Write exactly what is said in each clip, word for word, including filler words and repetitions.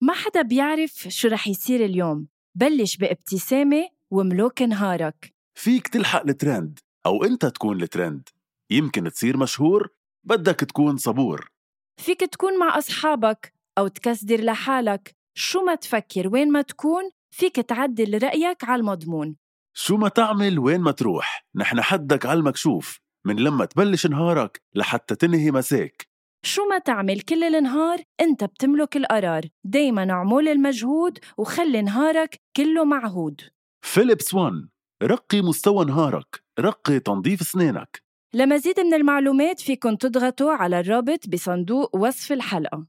ما حدا بيعرف شو رح يصير اليوم. بلش بابتسامة وملوك نهارك. فيك تلحق الترند أو أنت تكون الترند. يمكن تصير مشهور، بدك تكون صبور. فيك تكون مع أصحابك أو تكسدر لحالك. شو ما تفكر وين ما تكون، فيك تعدل رأيك على المضمون. شو ما تعمل وين ما تروح، نحن حدك على المكشوف، من لما تبلش نهارك لحتى تنهي مساك. شو ما تعمل كل النهار، انت بتملك القرار. دايما اعمل المجهود وخلي نهارك كله معهود. فيليبس وان، رقي مستوى نهارك، رقي تنظيف سنينك. لمزيد من المعلومات فيكن تضغطوا على الرابط بصندوق وصف الحلقة.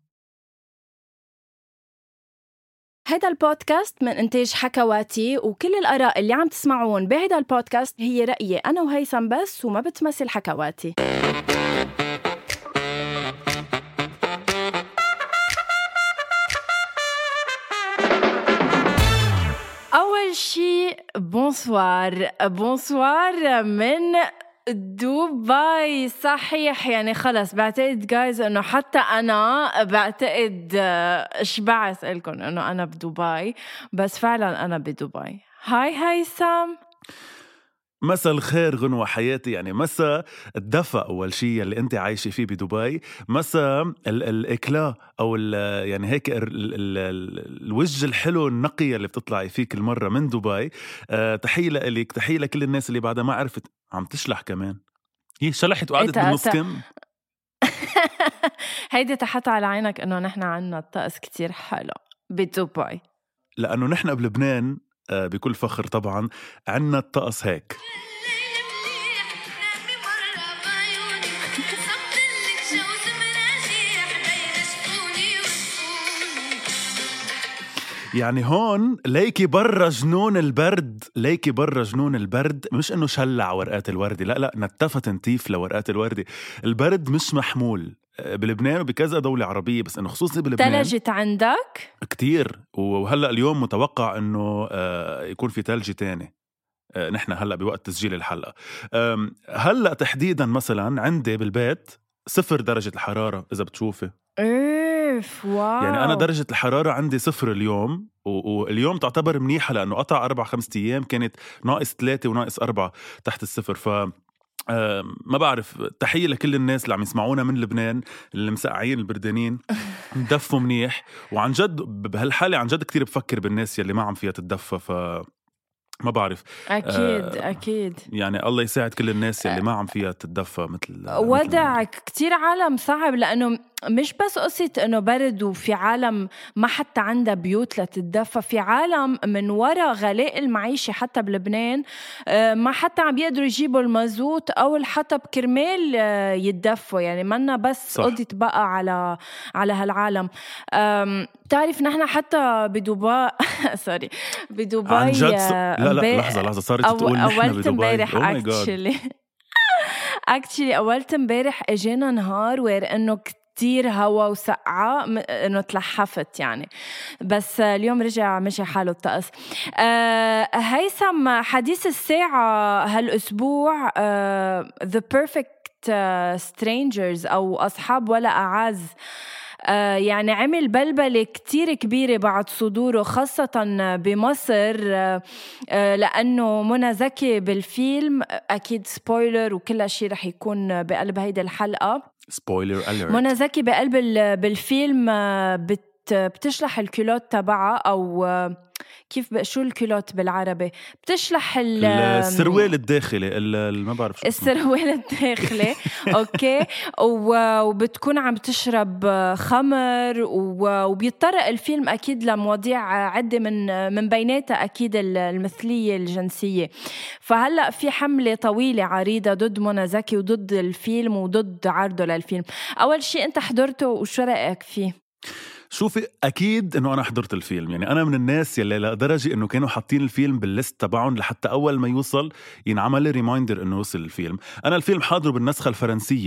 هذا البودكاست من إنتاج حكواتي، وكل الآراء اللي عم تسمعون بهذا البودكاست هي رأيي أنا وهيثم بس، وما بتمثل حكواتي. أول شي بونسوار بونسوار من دبي. صحيح، يعني خلص بعتقد جايز انه حتى انا بعتقد شبعت لكم انه انا بدبي، بس فعلا انا بدبي. هاي هيثم. مساء الخير غنوة حياتي، يعني مساء الدفء أول شيء اللي أنت عايشة فيه بدبي، مساء الإكلا أو يعني هيك ال ال ال الوجه الحلو النقي اللي بتطلعي فيه كل مرة من دبي. أه تحية لك، تحية لكل الناس اللي بعدها ما عرفت عم تشلح كمان. هي شلحت وقعدت بالنص كم. هيدي تحت على عينك إنه نحن عنا الطقس كتير حلو بدبي، لأنه نحن بلبنان بكل فخر طبعا عنا الطقس هيك. يعني هون ليكي برا جنون البرد، ليكي برا جنون البرد. مش انه شلع ورقات الوردي، لا لا، نتفت نتيف لورقات الوردي. البرد مش محمول بلبنان وبكذا دولة عربية، بس انه خصوصي بلبنان تلجت عندك كتير. وهلأ اليوم متوقع انه يكون في تلج تاني. نحن هلأ بوقت تسجيل الحلقة، هلأ تحديدا مثلا عندي بالبيت صفر درجة الحرارة إذا بتشوفي. واو. يعني أنا درجة الحرارة عندي صفر اليوم، واليوم تعتبر منيحة لأنه قطع أربع خمسة أيام كانت ناقص ثلاثة وناقص أربعة تحت الصفر. ف ما بعرف، تحية لكل الناس اللي عم يسمعونا من لبنان، اللي مسقعين البردانين دفوا منيح. وعن جد بهالحالة عن جد كتير بفكر بالناس يلي ما عم فيها تدفى. ف ما بعرف، أكيد آه أكيد يعني الله يساعد كل الناس اللي ما عم فيها تتدفى مثل ودعك. كتير عالم صعب، لأنه مش بس قصة إنه برد وفي عالم ما حتى عندها بيوت لتتدفى، في عالم من وراء غلاء المعيشة حتى بلبنان ما حتى عم بيقدروا يجيبوا المازوت أو الحطب كرمال يتدفوا. يعني منا بس قضيت بقى على على هالعالم. تعرف نحن حتى بدبي سوري بدبي عن جد س... لا لا لحظة لحظة صارت أو تقول نحن بدبي. امبارح اكشلي اكشلي اولت امبارح اجينا نهار وير انه كتير هوا وسقعة انه تلحفت يعني، بس اليوم رجع مشي حاله الطقس. أه هيثم، حديث الساعة هالأسبوع أه The Perfect Strangers أو أصحاب ولا أعز. آه يعني عمل بلبلة كتير كبيرة بعد صدوره، خاصة بمصر. آه آه لأنه منى زكي بالفيلم، أكيد سبويلر وكل شيء رح يكون بقلب هيدا الحلقة. سبويلر أليرت. منى زكي بقلب بالفيلم بت بتشلح الكيلوت تبعها، أو كيف شو الكيلوت بالعربي؟ بتشلح السروال الداخلي، ما بعرف شو السروال الداخلي. أوكي. وبتكون عم تشرب خمر، وبيضطرق الفيلم أكيد لمواضيع عدة من من بيناتها أكيد المثلية الجنسية. فهلأ في حملة طويلة عريضة ضد منى زكي وضد الفيلم وضد عرضه للفيلم. أول شيء أنت حضرته وشو رأيك فيه؟ شوفي، أكيد إنه أنا حضرت الفيلم. يعني أنا من الناس يلي لدرجة إنه كانوا حاطين الفيلم بالليست تبعهم لحتى أول ما يوصل ينعمل ريمايندر إنه وصل الفيلم. أنا الفيلم حاضره بالنسخة الفرنسية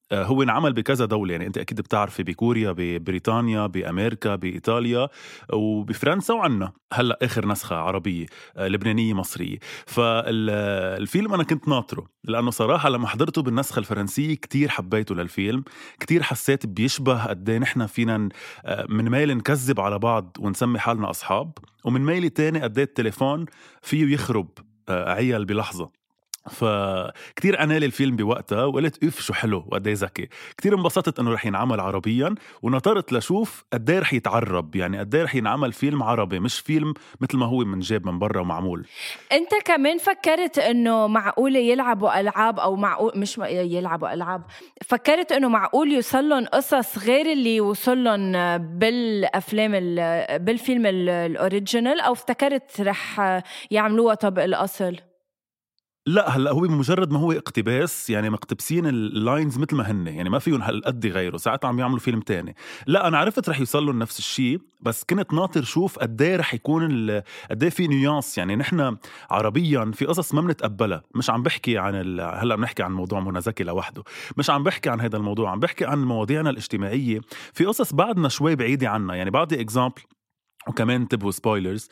هو انعمل بكذا دولة، يعني أنت أكيد بتعرفي بكوريا، ببريطانيا، بأمريكا، بإيطاليا وبفرنسا، وعنا هلأ آخر نسخة عربية لبنانية مصرية. فالفيلم أنا كنت ناطره، لأنه صراحة لما حضرته بالنسخة الفرنسية كتير حبيته للفيلم، كتير حسيت بيشبه قديه نحن فينا من ميل نكذب على بعض ونسمي حالنا أصحاب، ومن ميل تاني قديه التليفون فيه يخرب عيال بلحظة. فكتير أنا لي الفيلم بوقتها وقلت إف شو حلو وقديه ذكي. كتير انبسطت أنه رح ينعمل عربيا، ونطرت لشوف قديه رح يتعرب، يعني قديه رح ينعمل فيلم عربي مش فيلم مثل ما هو من جاب من برا ومعمول. أنت كمان فكرت أنه معقول يلعبوا ألعاب، أو معقول مش يلعبوا ألعاب، فكرت أنه معقول يوصلن قصص غير اللي يوصلن بالأفلام بالفيلم الأوريجينال، أو افتكرت رح يعملوها طبق الأصل؟ لا هلا هو بمجرد ما هو اقتباس، يعني مقتبسين اللاينز مثل ما هن، يعني ما فيهم هالقد غيره، ساعات عم يعملوا فيلم تاني. لا انا عرفت رح يوصلوا لنفس الشيء، بس كنت ناطر شوف قديه رح يكون قديه في نيانس. يعني نحن عربيا في قصص ما بنتقبلها، مش عم بحكي عن ال... هلا بنحكي عن موضوع منى زكي لوحده، مش عم بحكي عن هذا الموضوع، عم بحكي عن مواضيعنا الاجتماعيه. في قصص بعدنا شوي بعيده عنا، يعني بعضي اكزامبل وكمان تبوا سبويلرز.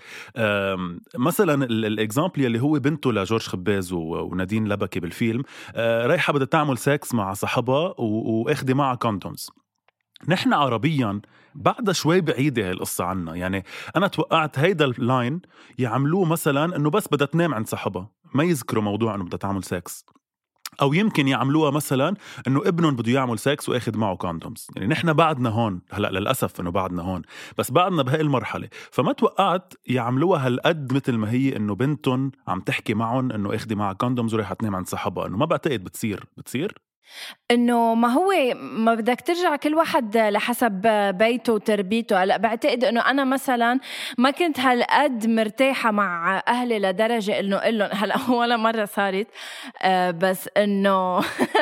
مثلا الاكزامبل اللي هو بنته لجورج خباز ونادين لبكي بالفيلم، رايحه بدها تعمل سكس مع صاحبها واخدي معها كوندومز. نحن عربيا بعد شوي بعيدة هالقصة عنا، يعني أنا توقعت هيدا اللاين يعملوه مثلا أنه بس بدها تنام عند صاحبها، ما يذكروا موضوع أنه بدها تعمل سكس، أو يمكن يعملوها مثلا إنه ابنهم بده يعمل سكس وأخذ معه كوندومز. يعني نحن بعدنا هون، هلأ للأسف إنه بعدنا هون، بس بعدنا بهاي المرحلة. فما توقعت يعملوها هالقد مثل ما هي إنه بنتهم عم تحكي معهم إنه أخذي معه كوندومز وريحة تنام عند صاحبها. إنه ما بعتقد بتصير بتصير انه ما هو ما بدك ترجع كل واحد لحسب بيته وتربيته. هلا بعتقد انه انا مثلا ما كنت هالقد مرتاحه مع اهلي لدرجه انه اقول لهم، هلا ولا مره صارت، آه بس انه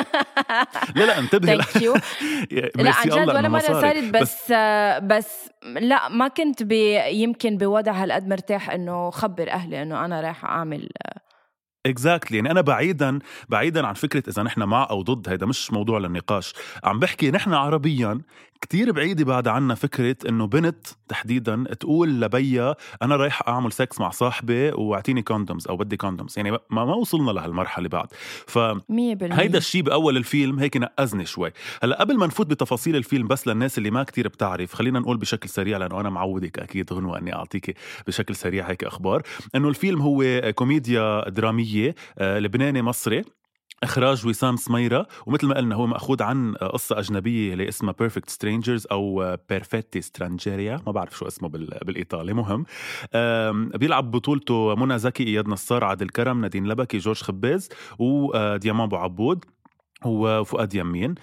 لا لا انتبهي لا عن جد ولا مره صارت، بس بس, آه بس لا ما كنت بي يمكن بوضع هالقد مرتاح انه خبر اهلي انه انا رايحه اعمل exactly. يعني أنا بعيدا بعيدا عن فكرة إذا نحن مع أو ضد، هيدا مش موضوع للنقاش. عم بحكي نحن عربيا كتير بعيدة بعد عنا فكرة إنه بنت تحديدا تقول لبيا أنا رايح أعمل سكس مع صاحبي واعطيني كوندومز أو بدي كوندومز. يعني ما ما وصلنا لهالمرحلة بعد. فهيدا الشيء بأول الفيلم هيك نقزني شوي. هلا قبل ما نفوت بتفاصيل الفيلم، بس للناس اللي ما كتير بتعرف، خلينا نقول بشكل سريع، لأنه أنا معودك أكيد غنوة أني أعطيك بشكل سريع هيك أخبار. إنه الفيلم هو كوميديا درامية لبناني مصري، إخراج وسام سميرة، ومثل ما قلنا هو مأخوذ عن قصة أجنبية اللي اسمها Perfect Strangers أو Perfetti Strangeria، ما بعرف شو اسمه بالإيطالي. مهم بيلعب بطولته منى زكي، إياد نصار، عادل كرم، نادين لبكي، جورج خباز، وديامان بو عبود وفؤاد يمين.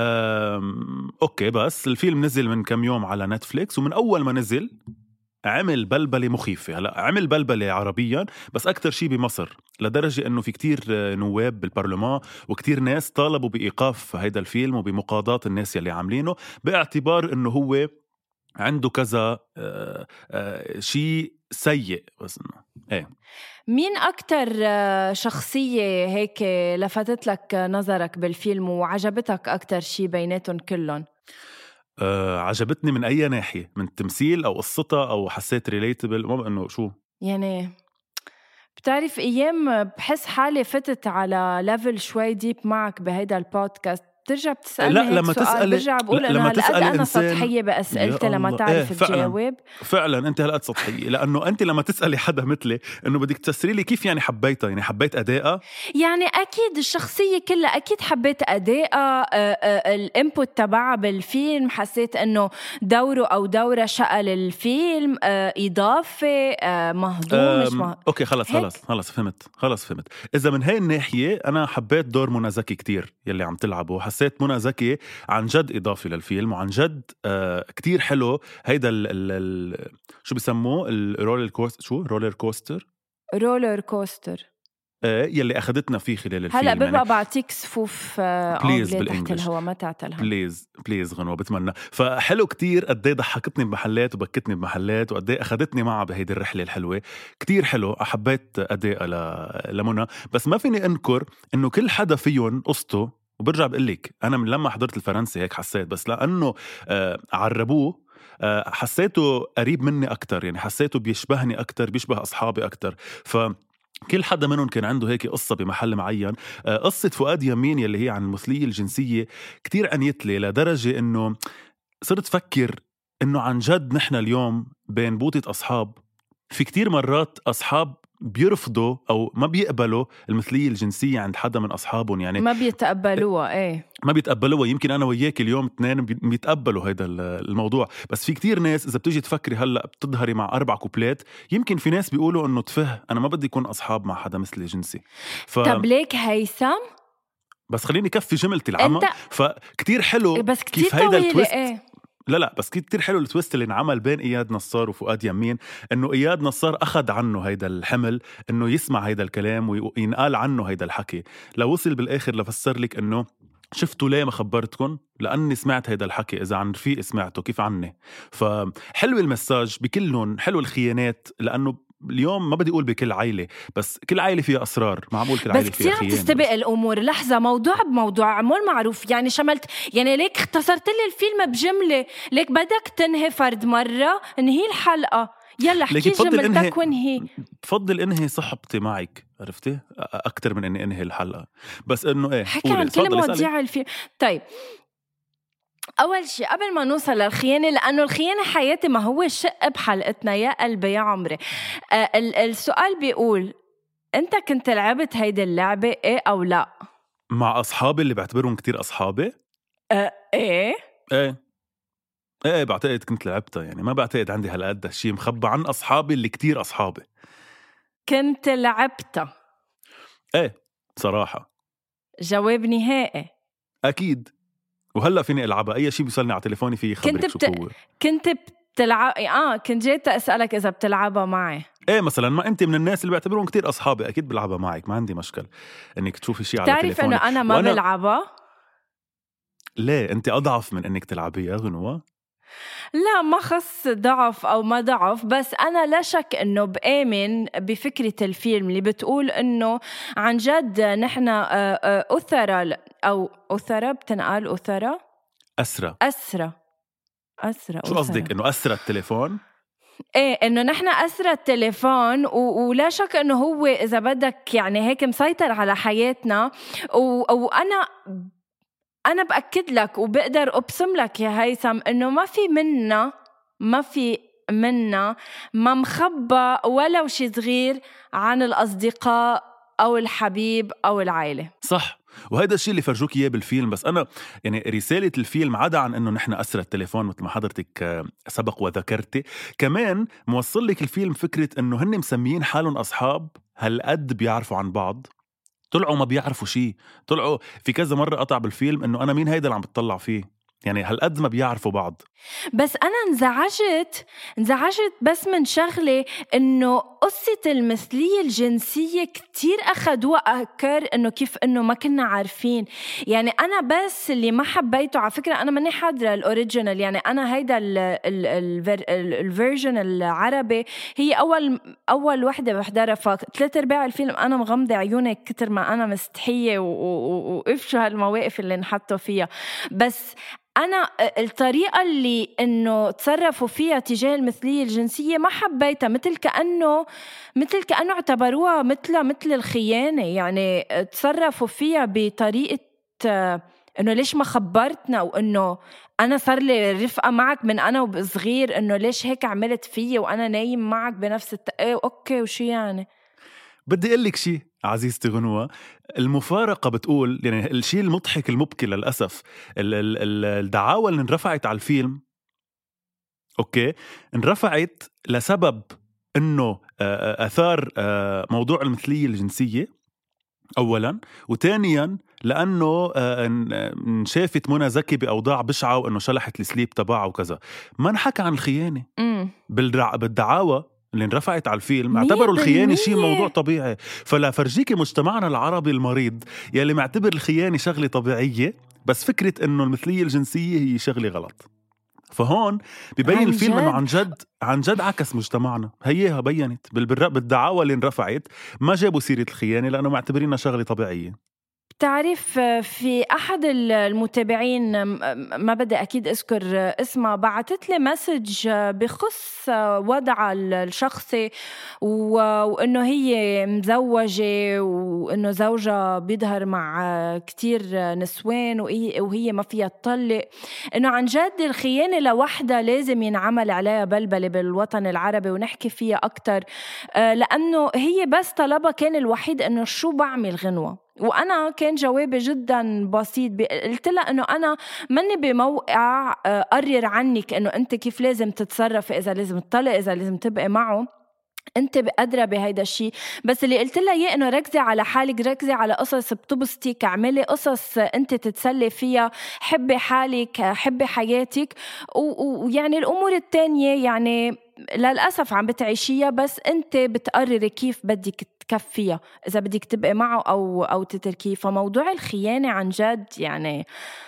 أوكي، بس الفيلم نزل من كم يوم على نتفليكس، ومن أول ما نزل عمل بلبلة مخيفة. هلا عمل بلبلة عربيا، بس أكتر شي بمصر، لدرجة أنه في كتير نواب بالبرلمان وكتير ناس طالبوا بإيقاف هيدا الفيلم وبمقاضاة الناس يلي عاملينه، باعتبار أنه هو عنده كذا آآ آآ شي سيء. بس إنه إيه. مين أكتر شخصية هيك لفتت لك نظرك بالفيلم وعجبتك أكتر شي بيناتهم كلهم؟ أه عجبتني من أي ناحية، من التمثيل أو قصتها أو حسيت ريليتبل، ما إنه شو يعني بتعرف أيام بحس حالي فتت على ليفل شوي ديب معك بهيدا البودكاست، ترجع بتسألني لا لما سؤال تسألي برجع بقول أنه هلقد أنا سطحية بأسئلتي لما تعرف إيه تجاوب. فعلا أنت هلقد سطحية، لأنه أنت لما تسألي حدا مثلي أنه بدك تفسري لي كيف يعني حبيتها، يعني حبيت أدائها، يعني أكيد الشخصية كلها أكيد حبيت أدائها، الانبوت تبعها بالفيلم، حسيت أنه دوره أو دورة شقل الفيلم، إضافة مهضوم مش مهضوم. أوكي خلص خلص خلص فهمت خلص فهمت إذا من هاي الناحية أنا حبيت دور منى زكي كتير يلي عم تلعبه. حسيت منى زكي عن جد إضافة للفيلم، وعن جد آه كتير حلو. هيدا ال ال ال شو بيسموه الرولر كوستر، شو رولر كوستر رولر كوستر آه يلي أخدتنا فيه خلال الفيلم. هلأ ببقى يعني بعطيك صفوف آه تحت الهوا ما تعتلها بليز بليز غنوة بتمنى. فحلو كتير قدي ضحكتني بمحلات وبكتني بمحلات، وقدي أخدتني معها بهيدي الرحلة الحلوة. كتير حلو، أحبيت أداء لمنى. بس ما فيني أنكر إنه كل حدا فيهم قصته وبرجع بقلك أنا من لما حضرت الفرنسي هيك حسيت، بس لأنه آه عربوه آه حسيته قريب مني أكتر، يعني حسيته بيشبهني أكتر، بيشبه أصحابي أكتر. ف كل حدا منهم كان عنده هيك قصة بمحل معين. آه قصة فؤاد يمين يلي هي عن المثلية الجنسية كتير أنيتلي لدرجة إنه صرت فكر إنه عن جد نحن اليوم بين بوطة أصحاب في كتير مرات أصحاب بيرفضوا أو ما بيقبلوا المثلية الجنسية عند حدا من أصحابهم، يعني ما بيتقبلوها. ايه ما بيتقبلوها. يمكن أنا وياك اليوم اثنين بيتقبلوا هيدا الموضوع، بس في كتير ناس إذا بتيجي تفكري هلأ بتظهري مع أربع كوبلات، يمكن في ناس بيقولوا إنه تفه أنا ما بدي يكون أصحاب مع حدا مثلي جنسي. ف... طب ليك هيثم، بس خليني كفي جملتي العمى. انت... فكتير حلو بس كتير كيف هيدا التويست. ايه لا لا بس كتير حلو التويست اللي انعمل بين إياد نصار وفؤاد يمين، انه إياد نصار اخذ عنه هيدا الحمل انه يسمع هيدا الكلام وينقال عنه هيدا الحكي، لو وصل بالاخر لفسر لك انه شفتوا ليه ما خبرتكم؟ لأني سمعت هيدا الحكي، إذا عن رفيق سمعته كيف عني. فحلو المساج بكلهم، حلو الخيانات، لأنه اليوم ما بدي أقول بكل عائلة، بس كل عائلة فيها أسرار، معقول كل عائلة فيها خيانة. بس كتير تستبق الأمور. لحظة، موضوع بموضوع عمول معروف، يعني شملت، يعني ليك اختصرت لي الفيلم بجملة، ليك بدك تنهي فرد مرة انهي الحلقة، يلا حكي جملتك وانهي. بفضل انهي صحبتي معك، عرفتي، أكتر من اني انهي الحلقة. بس انه ايه حكي عن كل مواضيع الفيلم. طيب أول شيء قبل ما نوصل للخيانة، لأنه الخيانة حياتي ما هو الشق بحلقتنا يا قلبي يا عمري. آه السؤال بيقول أنت كنت لعبت هيدي اللعبة إيه أو لا؟ مع أصحابي اللي بعتبرهم كتير أصحابي. آه إيه إيه إيه بعتقد كنت لعبتها، يعني ما بعتقد عندي هالقد هالشي مخبى عن أصحابي اللي كتير أصحابي. كنت لعبتها؟ إيه صراحة جواب نهائي. أكيد، وهلا فيني العبها، اي شيء بيوصلني على تليفوني فيه خبرك بت... شو هو. كنت بتلعب اه كنت جيت اسالك اذا بتلعبها معي. ايه مثلا ما انت من الناس اللي بعتبرهم كتير اصحابي، اكيد بلعبها معك، ما عندي مشكل انك تشوفي شيء على تليفوني. تعرف انه انا ما وأنا... بلعبها. ليه انت اضعف من انك تلعبيها غنوة؟ لا ما خص ضعف أو ما ضعف، بس أنا لا شك أنه بآمن بفكرة الفيلم اللي بتقول أنه عن جد نحن أثرة أو أثرة بتنقال أثرة أسرة أسرة أسرة شو قصدك إنه أسرة التليفون؟ إيه إنه نحن أسرة التليفون و... ولا شك إنه هو إذا بدك يعني هيك مسيطر على حياتنا و... وأنا أنا بأكد لك وبقدر أبصم لك يا هيثم إنه ما في منا ما في منا ما مخبى ولو شي صغير عن الأصدقاء أو الحبيب أو العائلة. صح، وهذا الشيء اللي فرجوك إياه بالفيلم. بس أنا يعني رسالة الفيلم عدا عن إنه نحن أسرة التليفون مثل ما حضرتك سبق وذكرتي، كمان موصل لك الفيلم فكرة إنه هن مسميين حالهم أصحاب هالقد بيعرفوا عن بعض، طلعوا ما بيعرفوا شيء. طلعوا في كذا مرة قطع بالفيلم إنه أنا مين هيدا اللي عم بتطلع فيه، يعني هالقد ما بيعرفوا بعض. بس أنا انزعجت انزعجت بس من شغلة إنه قصة المثلية الجنسية كتير أخذ وأكر إنه كيف إنه ما كنا عارفين. يعني أنا بس اللي ما حبيته، على فكرة أنا ماني حاضرة الأوريجينال، يعني أنا هيدا الفيرجن العربي هي أول أول وحدة بحضرها، فثلاث أرباع الفيلم أنا مغمضة عيوني كتر ما أنا مستحية وقفشوا هالمواقف اللي نحطوا فيها. بس أنا الطريقة اللي إنه تصرفوا فيها تجاه المثلية الجنسية ما حبيتها، مثل كأنه مثل كأنه اعتبروها مثل مثل الخيانة. يعني تصرفوا فيها بطريقة إنه ليش ما خبرتنا، وإنه أنا صار لي رفقة معك من أنا وصغير، إنه ليش هيك عملت فيي وأنا نايم معك بنفس التقاء. أوكي وشي يعني. بدي أقول لك شيء عزيزتي غنوة، المفارقة بتقول يعني الشيء المضحك المبكي للأسف، الدعاوى اللي انرفعت على الفيلم أوكي انرفعت لسبب إنه أثار موضوع المثلية الجنسية أولاً، وثانياً لأنه شافت منى زكي بأوضاع بشعة وإنه شلحت السليب تبعه وكذا. ما نحكى عن الخيانة بالدعاوى اللي انرفعت على الفيلم، اعتبروا الخيانة شيء موضوع طبيعي. فلا فرجيكي مجتمعنا العربي المريض يلي معتبر الخيانة شغلة طبيعية، بس فكرة إنه المثلية الجنسية هي شغلة غلط. فهون ببين الفيلم إنه عن جد عن جد عكس مجتمعنا. هيها بينت بالدعاوى اللي انرفعت ما جابوا سيرة الخيانة لأنه معتبرينها شغلة طبيعية. تعرف في أحد المتابعين ما بدي أكيد أذكر اسمها بعتت لي مسج بخص وضعها الشخصي وإنه هي مزوجة وإنه زوجها بيظهر مع كتير نسوان وهي ما فيها تطلق، إنه عن جد الخيانة لوحدها لازم ينعمل عليها بلبلة بالوطن العربي ونحكي فيها أكتر، لأنه هي بس طلبها كان الوحيد إنه شو بعمل غنوة. وأنا كان جوابي جدا بسيط، قلت لها إنه أنا مني بموقع أقرر عنك إنه أنت كيف لازم تتصرف، إذا لازم تطلق، إذا لازم تبقى معه، أنت بقدرة بهيدا الشيء. بس اللي قلت لها إياه إنه ركزي على حالك، ركزي على قصص بتبسطك، اعملي قصص أنت تتسلي فيها، حبي حالك، حبي حياتك، ويعني الأمور التانية يعني للأسف عم بتعيشيها، بس أنت بتقرري كيف بدك تكفيها، إذا بدك تبقى معه أو أو تتركيه. فموضوع الخيانة عن جد يعني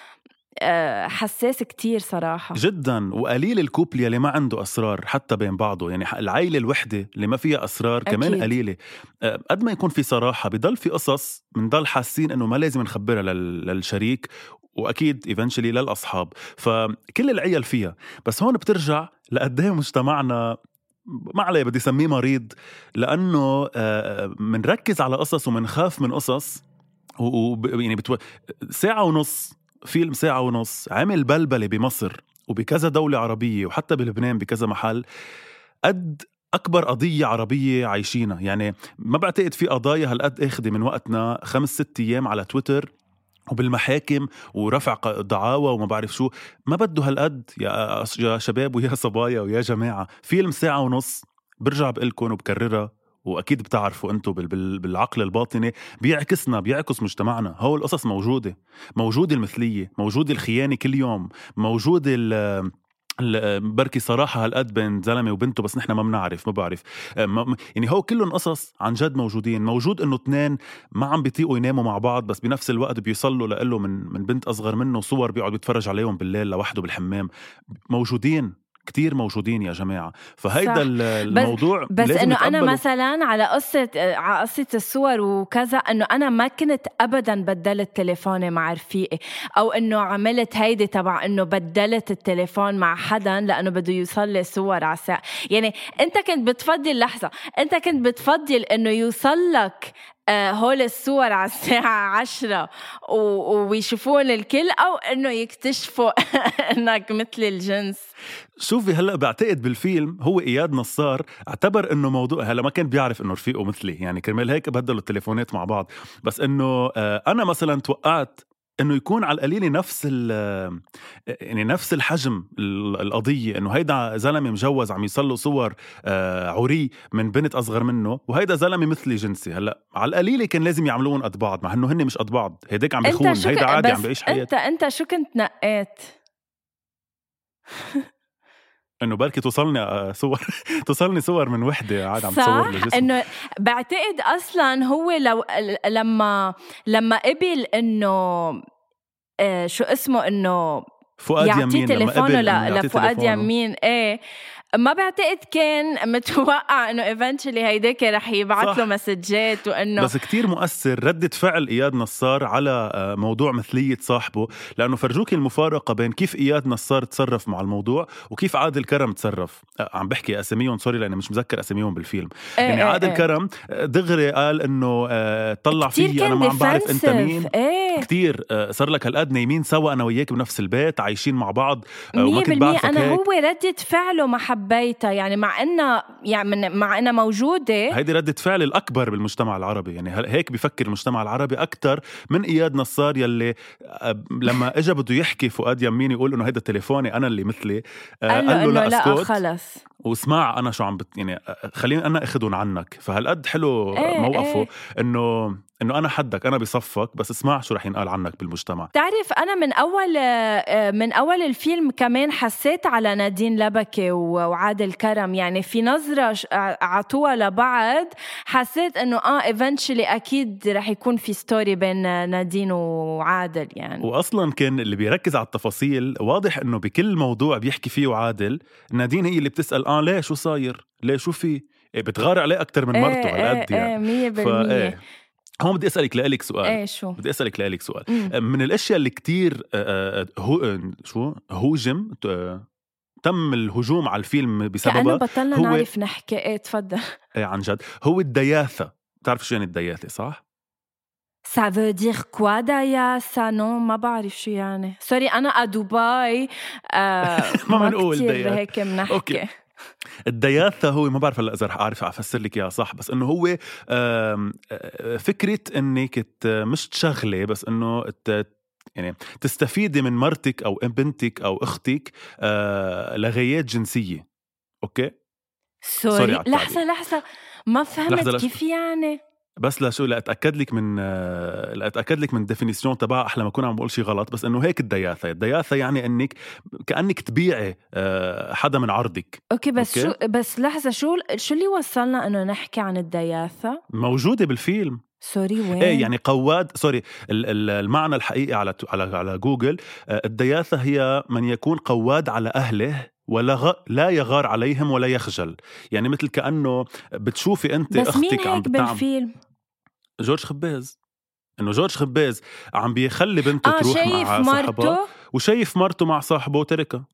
حساس كتير صراحة جدا، وقليل الكوبل اللي ما عنده أسرار حتى بين بعضه، يعني العائلة الوحدة اللي ما فيها أسرار أكيد. كمان قليلة. قد ما يكون في صراحة بيضل في قصص بنضل حاسين إنه ما لازم نخبرها للشريك، وأكيد eventually للأصحاب، فكل العيال فيها. بس هون بترجع لقديه مجتمعنا ما عليه بدي سميه مريض، لأنه منركز على قصص ومنخاف من قصص، ويعني بتو... ساعة ونص فيلم، ساعة ونص عامل بلبلة بمصر وبكذا دولة عربية وحتى بلبنان بكذا محل، قد أكبر قضية عربية عايشينها. يعني ما بعتقد في قضايا هالقد أخذ من وقتنا خمس ست أيام على تويتر وبالمحاكم ورفع دعاوى وما بعرف شو، ما بده هالقد يا يا شباب ويا صبايا ويا جماعة. فيلم ساعة ونص برجع بقلكم وبكررها، وأكيد بتعرفوا أنتوا بالعقل الباطني بيعكسنا، بيعكس مجتمعنا. هو القصص موجودة، موجودة المثلية، موجودة الخيانة كل يوم، موجودة ال بركي صراحة هالقد بين زلمة وبنته بس نحن ما بنعرف، ما بعرف يعني. هو كلهم قصص عن جد موجودين. موجود انه اثنين ما عم بيطيقوا يناموا مع بعض، بس بنفس الوقت بيوصلوا لقله من من بنت اصغر منه صور بيقعد بيتفرج عليهم بالليل لوحده بالحمام. موجودين كتير، موجودين يا جماعة. فهيدا الموضوع بس, بس انه انا نتقبله. مثلا على قصة على قصة الصور وكذا، انه انا ما كنت ابدا بدلت تليفوني مع رفيقي، او انه عملت هيدي تبع انه بدلت التليفون مع حدا لانه بده يوصل لي صور على الساعة. يعني انت كنت بتفضل لحظة، انت كنت بتفضل انه يوصل لك هول الصور على الساعة عشرة ويشوفون الكل، أو إنه يكتشفوا إنك مثل الجنس؟ شوفي هلأ بعتقد بالفيلم هو إياد نصار اعتبر إنه موضوع، هلأ ما كان بيعرف إنه رفيقه مثلي، يعني كرمال هيك بدلوا التليفونات مع بعض. بس إنه أنا مثلا توقعت إنه يكون على القليل نفس يعني نفس الحجم القضية، إنه هيدا زلمة مجوز عم يصلوا صور عري من بنت أصغر منه، وهيدا زلمة مثلي جنسي. هلأ على القليل كان لازم يعملون قد بعض، مع إنه هن مش قد بعض. هيداك عم بيخون، هيدا عادي عم بيعيش حياته. أنت أنت شو كنت نقيت؟ انه بركي توصلني صور توصلني صور من وحده عاد عم تصور لي جسم. انه بعتقد اصلا هو لو لما لما قبل انه آه شو اسمه انه فؤاد يمين، تليفونه لفؤاد يمين، ايه ما بعتقد كان متوقع انه ايفنتشلي هيداك رح يبعث له مسجات. وانه بس كتير مؤثر ردة فعل اياد نصار على موضوع مثلية صاحبه، لانه فرجوك المفارقة بين كيف اياد نصار تصرف مع الموضوع وكيف عادل كرم تصرف. عم بحكي اساميهم سوري لاني مش مذكر اساميهم بالفيلم. ايه يعني ايه عادل ايه. كرم دغري قال انه طلع فيه انا ما عم بعرف انت مين. ايه. كتير صار لك هالقد نايمين سوا انا وياك بنفس البيت عايشين مع بعض وما كنت بعرفك. انا هيك. هو ردة فعله محب بيتها، يعني مع إنه يعني مع إنه موجودة. هيدي ردة فعل الأكبر بالمجتمع العربي، يعني هيك بيفكر المجتمع العربي أكتر من إياد نصار يلي لما إجا بده يحكي فؤاد يمين يقول إنه هيدا تليفوني أنا اللي مثلي، قال له, قال له لا اسكت خلص واسمع أنا شو عم بت يعني خليني أنا أخذون عنك. فهالقد حلو ايه موقفه ايه. إنه إنه أنا حدك، أنا بصفك، بس اسمع شو رح ينقال عنك بالمجتمع. تعرف أنا من أول من أول الفيلم كمان حسيت على نادين لبكة وعادل كرم، يعني في نظرة عطوها لبعض حسيت إنه آه eventually أكيد رح يكون في ستوري بين نادين وعادل يعني. وأصلاً كان اللي بيركز على التفاصيل واضح إنه بكل موضوع بيحكي فيه عادل نادين هي اللي بتسأل آه ليه شو صاير، ليه شو في، بتغار عليه أكتر من مرته. ايه هالقد ايه يعني مية بالمية. هون بدي أسألك لإلك سؤال. ايه شو بدي أسألك لإلك سؤال. مم. من الأشياء اللي كتير آه، هو شو هوجم آه، تم الهجوم على الفيلم بسببها، كأنه بطلنا هو نعرف نحكي. ايه تفضل. ايه عن جد، هو الدياثة. بتعرف شو يعني الدياثة صح؟ Ça veut dire quoi داياسا؟ نو ما بعرف شو يعني. سوري أنا أدوباي آه ما ما بنقول كتير دياثة. هيك بنحكي. أوكي. الدياثة هو ما بعرف هلا إذا رح أعرف أفسر لك إياها صح، بس إنه هو آم، آه، فكرة إنك ت- مش تشغلي بس إنه ت- يعني تستفيدي من مرتك أو بنتك أو أختك آه، لغايات جنسية. أوكي سوري سوري على التعبير. لحظة لحظة ما فهمت لحظة لحظة. كيف يعني. بس لشو لأتأكد لك من آه، لأتأكد لك من ديفينيسيون تبعها أحلى ما أكون عم بقول شي غلط، بس إنه هيك الدياثة. الدياثة يعني إنك كأنك تبيعي آه، حدا من عرضك. اوكي بس أوكي؟ شو بس لحظة شو شو اللي وصلنا انه نحكي عن الدياثة؟ موجودة بالفيلم. سوري وين؟ ايه يعني قواد سوري ال- ال- المعنى الحقيقي على على على جوجل آه، الدياثة هي من يكون قواد على أهله ولا غ... لا يغار عليهم ولا يخجل. يعني مثل كأنه بتشوفي أنت بس مين أختك عم هيك بتعمل. بالفيلم؟ جورج خباز. إنه جورج خباز عم بيخلي بنته اه تروح شايف مع صاحبها مرته. وشايف مرته مع صاحبه وتركها.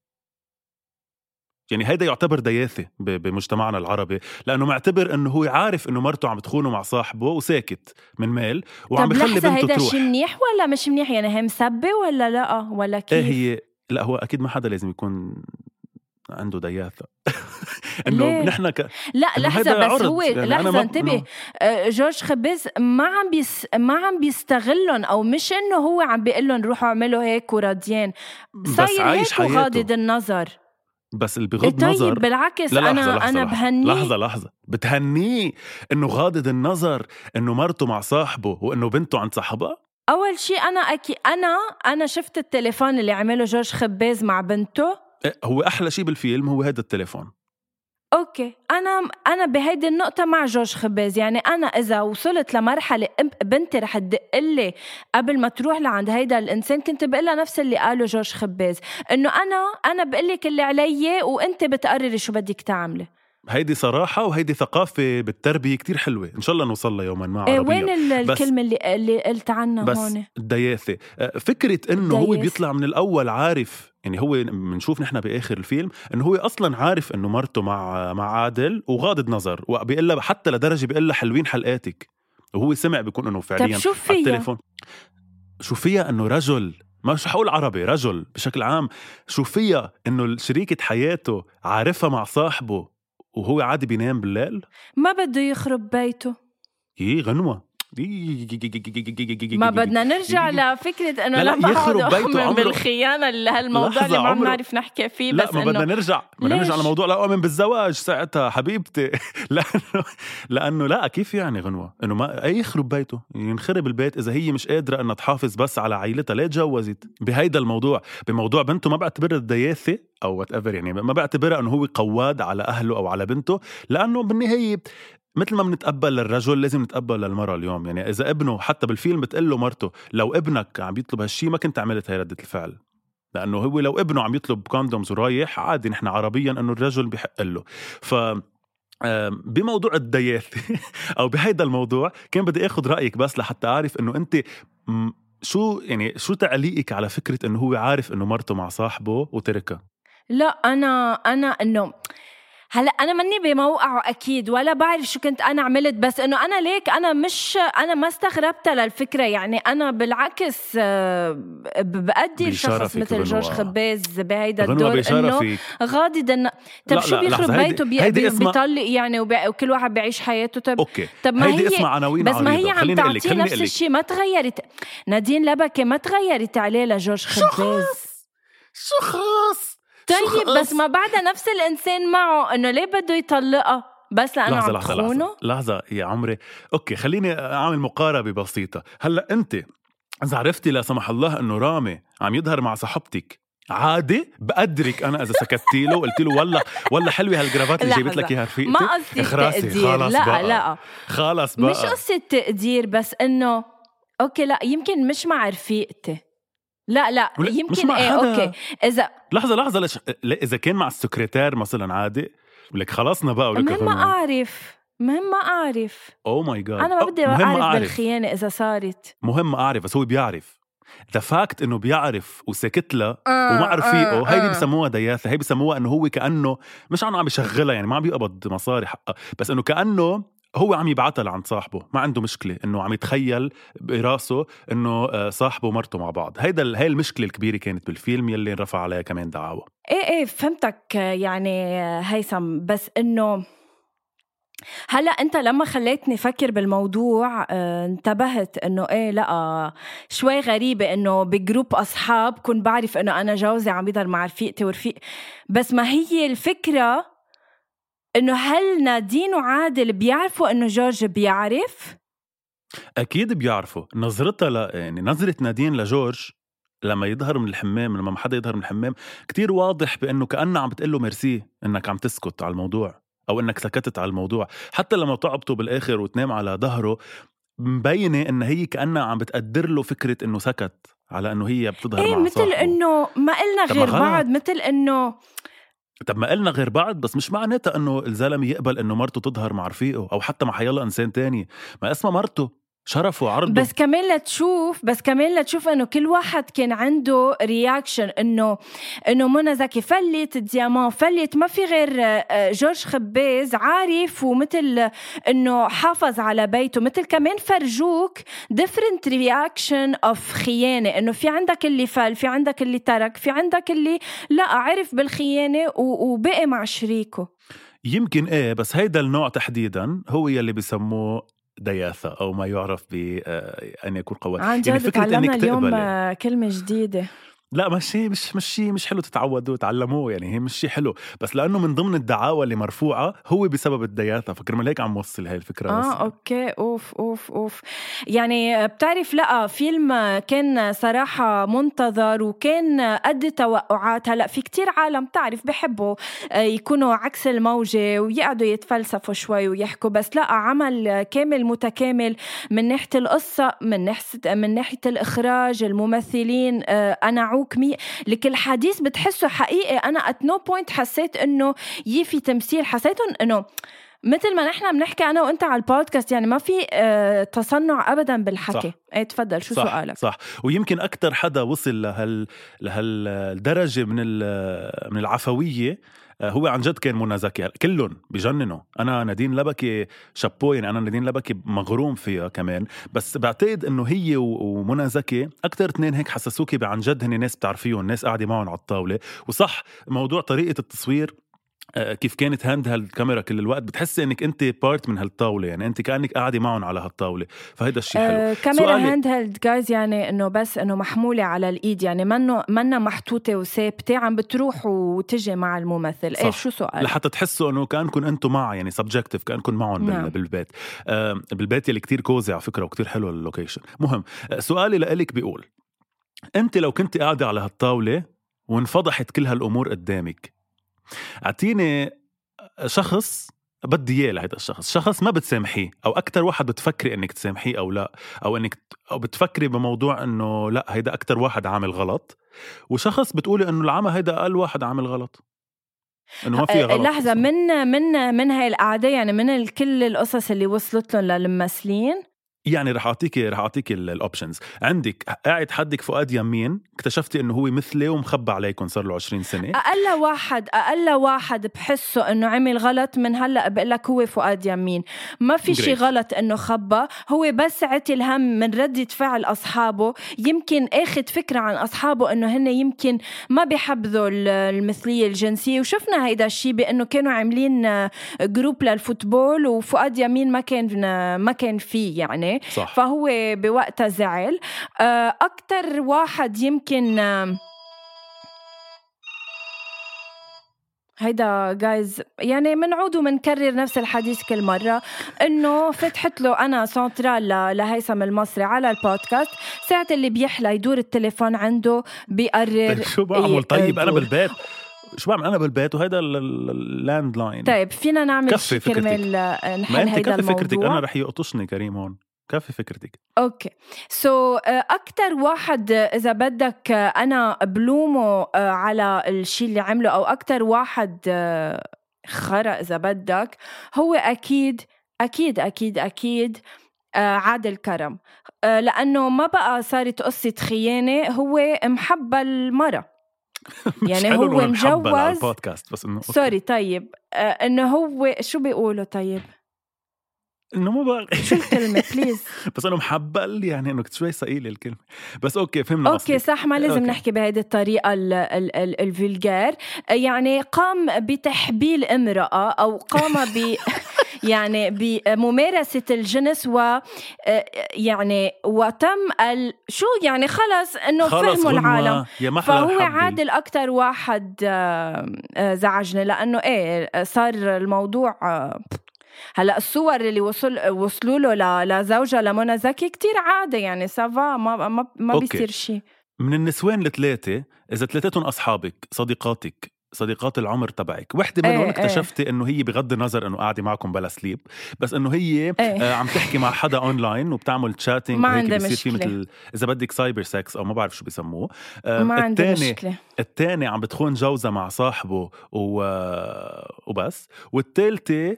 يعني هيدا يعتبر دياثة ب- بمجتمعنا العربي، لأنه معتبر أنه هو عارف أنه مرته عم تخونه مع صاحبه وساكت من مال وعم طب بيخلي لحظة بنته هيدا تروح. شي منيح ولا مش منيح؟ يعني هي مسبة ولا لا ولا كيف؟ ايه هي لا هو اكيد ما حدا لازم يكون عنده دياثة. انه ليه؟ نحن ك... لا إنه لحظة هيدا بس عرض. هو يعني أنا لحظة ما- انتبه. إنه- آه، جورج خباز ما عم بيس ما عم بيستغلهم، او مش انه هو عم بيقول لهم روحوا اعملوا هيك وراضيين. بس صاير عايش هيك حياته. وغاضض النظر. بس اللي إيه بغض طيب نظر. بالعكس لا لحظة انا لحظة انا لحظة. بهنيه. لحظة لحظة بتهنيه انه غاضض النظر انه مرته مع صاحبه وانه بنته عند صاحبها. اول شيء انا اكيد انا انا شفت التليفون اللي عمله جورج خباز مع بنته. إيه هو احلى شيء بالفيلم هو هذا التليفون. اوكي انا انا بهيدي النقطه مع جورج خباز. يعني انا اذا وصلت لمرحله بنتي رح تدق لي قبل ما تروح لعند هيدا الانسان، كنت بقول لها نفس اللي قاله جورج خباز، انه انا انا بقول لك اللي علي وانت بتقرري شو بدك تعملي. هيدي صراحة وهيدي ثقافة بالتربية كتير حلوة، إن شاء الله نوصلها يوما ما إيه عربية. وين ال- بس- الكلمه اللي اللي قلت عنها بس هون؟ الدياثة آه، فكرة إنه هو الدياثة. بيطلع من الأول عارف. يعني هو بنشوف نحن بآخر الفيلم إنه هو أصلا عارف إنه مرته مع مع عادل وغاضض نظر، وبيقول لها حتى لدرجة بيقول لها حلوين حلقاتك، وهو سمع بيكون إنه فعليا طب شو على فيها؟ التليفون. شو فيها إنه رجل، ما شو حقول عربي، رجل بشكل عام. شو فيها إنه شريكة حياته عارفها مع صاحبه وهو عادي بينام بالليل. ما بده يخرب بيته. إيه غنوة. ما بدنا نرجع لفكرة إنه لا لا لما يخرب أقعد بيته أؤمن عمره. بالخيانة اللي هالموضوع لحظة، اللي ما عم عمره. نعرف نحكي فيه. لا بس ما بدنا إنه نرجع بدنا نرجع ليش؟ لموضوع لا أؤمن بالزواج ساعتها حبيبتي. لأنه لأنه لا كيف يعني غنوة إنه ما أي يخرب بيته ينخرب البيت إذا هي مش قادرة إنها تحافظ بس على عائلتها. ليه تجوزت بهيدا الموضوع؟ بموضوع بنته ما بعتبرها الدياثة أو whatever، يعني ما بعتبرها إنه هو قواد على أهله أو على بنته، لأنه بالنهاية مثل ما بنتقبل للرجل لازم نتقبل للمرأة اليوم. يعني إذا ابنه حتى بالفيلم بتقله مرته لو ابنك عم بيطلب هالشي ما كنت عملت هاي ردة الفعل، لأنه هو لو ابنه عم يطلب كوندومز ورايح عادي نحن عربيا أنه الرجل بيحق له. ف بموضوع الدياثة أو بهيدا الموضوع كان بدي أخذ رأيك بس لحتى أعرف أنه أنت شو يعني شو تعليقك على فكرة أنه هو عارف أنه مرته مع صاحبه وتركها. لا أنا أنا إنه هلا أنا مني بموقعه أكيد ولا بعرف شو كنت أنا عملت، بس إنه أنا ليك أنا مش أنا ما استغربت للفكرة. يعني أنا بالعكس بقدر شخص مثل جورج خباز بهيدا الدور إنه غاضض إن طب شو بيخرب بيته بي... بيطلق يعني وبي... وكل واحد بيعيش حياته. طب أوكي. طب ما هي بس ما هي عم تعطيه نفس الشيء، ما تغيرت. نادين لبكة ما تغيرت عليه لجورج خباز. شو خاص طيب بس ما بعدها نفس الإنسان معه إنه ليه بده يطلقها بس لأنه لحظة عم لحظة تخونه. لحظة لحظة يا عمري. أوكي خليني أعمل مقاربة بسيطة. هلأ أنت إذا عرفتي لا سمح الله إنه رامي عم يظهر مع صاحبتك عادي بقدرك أنا إذا سكتتي له وقلت له والله والله حلوة هالجرافات اللي جبت لك إياها رفيقتي. ما قصدي تقدير. لا بقى. لا خلاص بقى. مش قصة تقدير، بس إنه أوكي لا يمكن مش مع رفيقتي. لا لا يمكن ايه اوكي اذا لحظه لحظه ليش اذا كان مع السكرتير مثلا عادي ولك خلصنا بقى ولك ما اعرف مهم ما أعرف. أو ماي جاد، أنا ما بدي مهم أعرف أعرف بالخيانة إذا صارت. مهم أعرف، بس هو بيعرف. the fact إنه بيعرف وسكت له آه ومع رفيقه، آه هيدي آه. بسموها دياثة. هي بسموها إنه هو كأنه مش عنه عم يشغلها، يعني ما عم بيقبض مصاري حقها، بس إنه كأنه هو عم يبعتها لعند صاحبه، ما عنده مشكلة إنه عم يتخيل براسه إنه صاحبه ومرته مع بعض. هيدا هاي المشكلة الكبيرة كانت بالفيلم يلي رفع عليها كمان دعاوى. إيه إيه فهمتك يعني هيثم، بس إنه هلأ أنت لما خليتني فكر بالموضوع اه انتبهت إنه إيه لأ شوي غريبة إنه بجروب أصحاب كن بعرف إنه أنا جوزي عم يضل مع رفيقتي ورفيق، بس ما هي الفكرة إنه هل نادين وعادل بيعرفوا إنه جورج بيعرف؟ أكيد بيعرفوا. نظرتها ل... يعني نظرة نادين لجورج لما يظهر من الحمام، لما حدا يظهر من الحمام كتير واضح بأنه كأنه عم بتقله ميرسي إنك عم تسكت على الموضوع أو إنك سكتت على الموضوع. حتى لما تعبطوا بالآخر وتنام على ظهره مبينة إن هي كأنها عم بتقدر له فكرة إنه سكت على إنه هي بتظهر إيه مع مثل صاحبه. إنه ما قلنا غير بعض، مثل إنه طب ما قلنا غير بعض، بس مش معناتها إنه الزلمة يقبل إنه مرته تظهر مع رفيقه أو حتى مع حيالله إنسان تاني. ما اسمه مرته، شرفه وعرضه. بس كمان لتشوف بس كمان لتشوف انه كل واحد كان عنده رياكشن، انه انه منى زكي فلت ديامون فلت، ما في غير جورج خباز عارف ومثل انه حافظ على بيته. مثل كمان فرجوك different reaction of خيانة، انه في عندك اللي فل، في عندك اللي ترك، في عندك اللي لا عرف بالخيانة وبقي مع شريكه. يمكن ايه، بس هيدا النوع تحديدا هو يلي بيسموه دياثة أو ما يعرف بأن يكون قوي. عن جد يعني تعلمنا اليوم كلمة جديدة. لا مش شيء مش مش شيء مش حلو تتعودوا تعلموه، يعني هي مش شيء حلو، بس لأنه من ضمن الدعاوى اللي مرفوعة هو بسبب الدياثة، فكر ما هيك عم وصل هاي الفكرة. اه بس. اوكي اوف اوف اوف يعني بتعرف لا فيلم كان صراحة منتظر وكان قد توقعات. هلا في كتير عالم تعرف بحبوا يكونوا عكس الموجة ويقعدوا يتفلسفوا شوي ويحكوا، بس لا عمل كامل متكامل من ناحية القصة، من ناحية من ناحية الإخراج، الممثلين. أنا مي لكل حديث بتحسه حقيقي. أنا at no point حسيت إنه يفي تمثيل، حسيتهم إنه مثل ما نحن بنحكي أنا وأنت على البودكاست، يعني ما في اه تصنع أبدا بالحكي. ايه تفضل شو صح سؤالك؟ صح. ويمكن أكتر حدا وصل لهال لهالدرجة من من العفوية هو عن جد كان منى زكي. كلهم بجننوا. أنا نادين لبكي شابو، يعني أنا نادين لبكي مغروم فيها كمان، بس بعتقد إنه هي ومنى زكي أكتر اثنين هيك حسسوكي بعن جد هني ناس بتعرفيهم، ناس قاعدة معهم على الطاولة. وصح موضوع طريقة التصوير كيف كانت هاند هالكاميرا كل الوقت، بتحسي انك انت بارت من هالطاولة، يعني انت كأنك قاعدة معهم على هالطاولة، فهيدا الشيء حلو. أه كاميرا هاند هيلد جايز، يعني انه بس انه محمولة على الايد، يعني منه منه محطوطة وثابتة عم بتروح وتجي مع الممثل. ايه شو سؤال؟ لحتى تحسوا انه كأنكم انتم معه، يعني سبجكتيف، كأنكم معهم نعم. بالبيت. أه بالبيت يلي كتير كوزي على فكرة وكتير حلو اللوكيشن. مهم أه سؤالي لإلك بيقول، انت لو كنت قاعدة على هالطاولة وانفضحت كل هالامور قدامك، اعطيني شخص بدي اياه لهيدا الشخص، شخص ما بتسامحيه او اكتر واحد بتفكري انك تسامحيه او لا، او انك او بتفكري بموضوع انه لا هيدا اكتر واحد عامل غلط، وشخص بتقولي انه العمى هيدا اقل واحد عامل غلط، انه ما في غلط. لحظه، من من من هاي القعده، يعني من كل القصص اللي وصلت لهم للممثلين، يعني رح أعطيكي رح أعطيكي الأوبشنز. عندك قاعد حدك فؤاد يمين، اكتشفتي إنه هو مثلي ومخبى عليكم صار له عشرين سنة. أقل واحد أقل واحد بحسه إنه عمل غلط من هلأ بقلك هو فؤاد يمين. ما في شي غلط إنه خبى، هو بس عتي الهم من ردة فعل أصحابه. يمكن أخذ فكرة عن أصحابه إنه هن يمكن ما بيحبذوا المثلية الجنسية، وشفنا هيدا الشي بأنه كانوا عاملين جروب للفوتبول وفؤاد يمين ما كان ما كان فيه يعني صح. فهو بوقتها زعل. أكتر واحد يمكن هيدا جايز، يعني منعود ومنكرر نفس الحديث كل مرة، إنه فتحت له أنا سنترال لهيثم المصري على البودكاست، ساعة اللي بيحلى يدور التليفون عنده بيقرر. طيب شو بعمل؟ طيب أنا بالبيت شو بعمل أنا بالبيت وهيدا اللاند لاين. طيب فينا نعمل شي كرمال نحل هيدا الموضوع. فكرتك أنا رح يقطشني كريم هون، كافي فكرتك. اوكي سو so, اكتر واحد اذا بدك انا بلومه على الشيء اللي عمله، او اكتر واحد خرا اذا بدك، هو اكيد أكيد أكيد أكيد آه عادل كرم، آه لأنه ما بقى صارت قصة خيانة، هو محبة المرة يعني هو مجوز البودكاست بس إنه سوري. طيب آه إنه هو شو بيقولوا؟ طيب إنه مو بقى شو الكلمة بليز بس أنا محبل يعني إنه شوي ثقيلة الكلمة بس أوكي فهمنا أوكي أصلي. صح، ما لازم أوكي. نحكي بهذه الطريقة الفولجار. يعني قام بتحبيل امرأة أو قام ب يعني بممارسة الجنس و يعني وتم ال... شو يعني خلص إنه فهموا العالم. فهو عادل أكتر واحد زعجني لأنه إيه صار الموضوع. هلا الصور اللي وصل وصلوا له لزوجة لمنى زكي كتير عادة يعني سافا ما ما ما بيصير شيء. من النسوان الثلاثة إذا ثلاثتهم أصحابك صديقاتك صديقات العمر تبعك، وحدة منهم ايه اكتشفتي ايه. انه هي بغض النظر انه قاعدة معكم بلا سليب بس انه هي ايه. آه عم تحكي مع حدا اونلاين وبتعمل تشاتينج ما عندها مشكلة فيه مثل اذا بدك سايبر سكس او ما بعرف شو بيسموه. آه ما عندها مشكلة. الثاني عم بتخون جوزها مع صاحبه و... وبس. والثالثة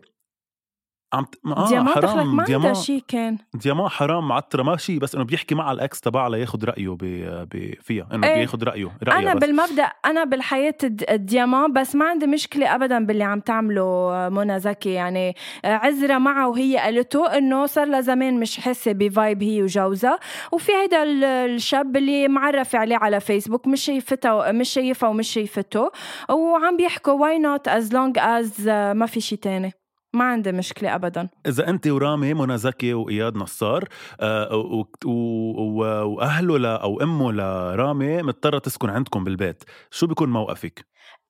عم ت... آه ديما حرام ما عندها شيء كان ديما حرام معطرة ماشي بس انه بيحكي مع الاكس تبعها لياخد رأيه ب... ب... فيها انه ايه. بياخد رأيه رأيه انا بس. بالمبدأ انا بالحياة الديما بس ما عندي مشكلة ابدا باللي عم تعمله منى زكي. يعني عذرة معه وهي قالته انه صار لها زمان مش حاسة بفايب هي وجوزها، وفي هيدا الشاب اللي معرف عليه على فيسبوك مش شايفته مش شايفه ومش شايفته وعم بيحكوا واي نوت از لونج از ما في شيء تاني. ما عندي مشكلة أبداً. إذا أنت ورامي منى زكي وإياد نصار آه و... و... و... وأهله لا أو أمه لرامي مضطرة تسكن عندكم بالبيت، شو بيكون موقفك؟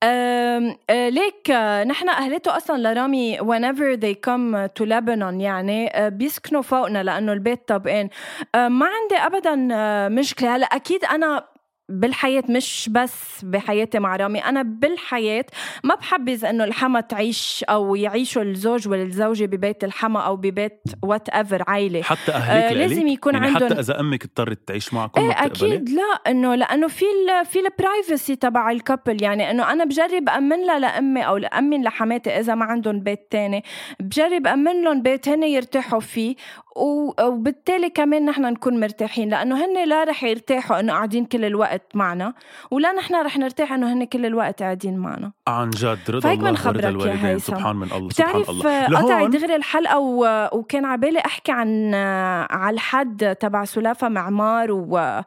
أه ليك نحن أهلته أصلاً لرامي whenever they come to Lebanon يعني بيسكنوا فوقنا لأنه البيت طابقين. أه ما عندي أبداً مشكلة. هلأ أكيد أنا بالحياة مش بس بحياتي مع رامي، أنا بالحياة ما بحبذ أنه الحما تعيش أو يعيشوا الزوج والزوجة ببيت الحما أو ببيت whatever عائلة. حتى أهلك آه لازم يكون يعني عندهم حتى إذا أمك اضطرت تعيش معكم ايه أكيد لا إنه لأنه في ال في البرايفسي تبع الكابل. يعني إنه أنا بجرب أمن لها لأمي أو لأمن لحماتي إذا ما عندهم بيت تاني بجرب أمن لهم بيت هن يرتاحوا فيه وبالتالي كمان نحن نكون مرتاحين لأنه هن لا رح يرتاحوا إنه قاعدين كل الوقت معنا ولا نحن رح نرتاح إنه هن كل الوقت قاعدين معنا. عن جد رضا الله ورضا الوالدين سبحان من الله سبحان الله. بتعرف قطعي دغري الحلقة و... وكان عبالي أحكي عن على الحد تبع سلافة معمار و...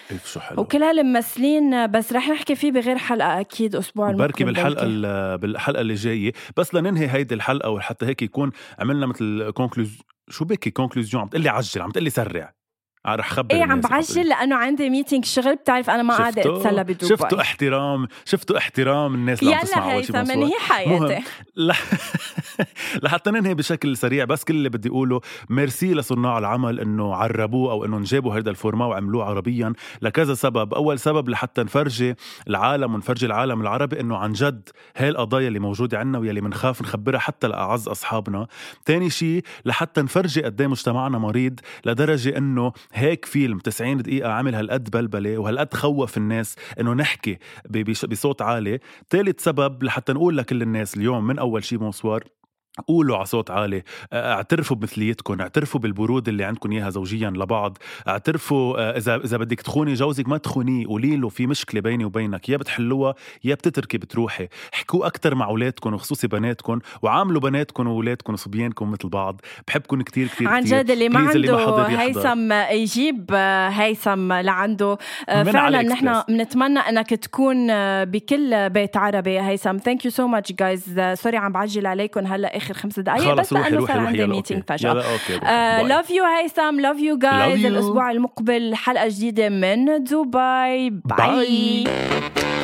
وكل هالممثلين بس رح نحكي فيه بغير حلقة أكيد أسبوع المقبل بركي بالحلقة بالحلقة اللي جاية. بس لننهي هيدي الحلقة وحتى هيك يكون عملنا مثل كونكلوز شو بكي كونكلوزيون. عم تقلي عجل عم تقلي سرع رح خبر ايه عم بعجل لانه عندي ميتينج شغل. بتعرف انا ما قاعده اتسلى بدبي. شفتوا احترام شفتوا احترام الناس اللي عم تسمعوا اول شيء من هي حياتي. لحتى ننهي بشكل سريع بس كل اللي بدي اقوله ميرسي لصناع العمل انه عربوه او انه نجابوا هذا الفورما وعملوه عربيا لكذا سبب. اول سبب لحتى نفرجي العالم ونفرجي العالم العربي انه عن جد هاي القضايا اللي موجوده عنا ويلي منخاف نخبرها حتى لاعز اصحابنا. تاني شيء لحتى نفرجي قد ايه مجتمعنا مريض لدرجه انه هيك فيلم تسعين دقيقة عامل هالقد بلبلة وهالقد خوف الناس إنه نحكي بصوت عالي. ثالث سبب لحتى نقول لكل الناس اليوم من أول شيء مصور قولوا على صوت عالي، اعترفوا بمثليتكم، اعترفوا بالبرود اللي عندكم اياها زوجيا لبعض، اعترفوا اذا اذا بدك تخوني جوزك ما تخونيه، قولي له في مشكله بيني وبينك يا بتحلوها يا بتتركي بتروحي. احكوا اكثر مع اولادكم وخصوصي بناتكم وعاملوا بناتكم واولادكم وصبيانكم مثل بعض. بحبكم كتير كتير عن جد. اللي ما عنده هيثم يجيب هيثم لعنده فعلا. نحن بنتمنى انك تكون بكل بيت عربي هيثم. ثانك يو سو ماتش جايز. سوري عم بعجل عليكم هلا اخر خمس دقائق بس لانه صار عندي ميتينج فجأة. لاف يو هيثم، لاف يو جايز. الاسبوع المقبل حلقة جديدة من دبي. باي, باي.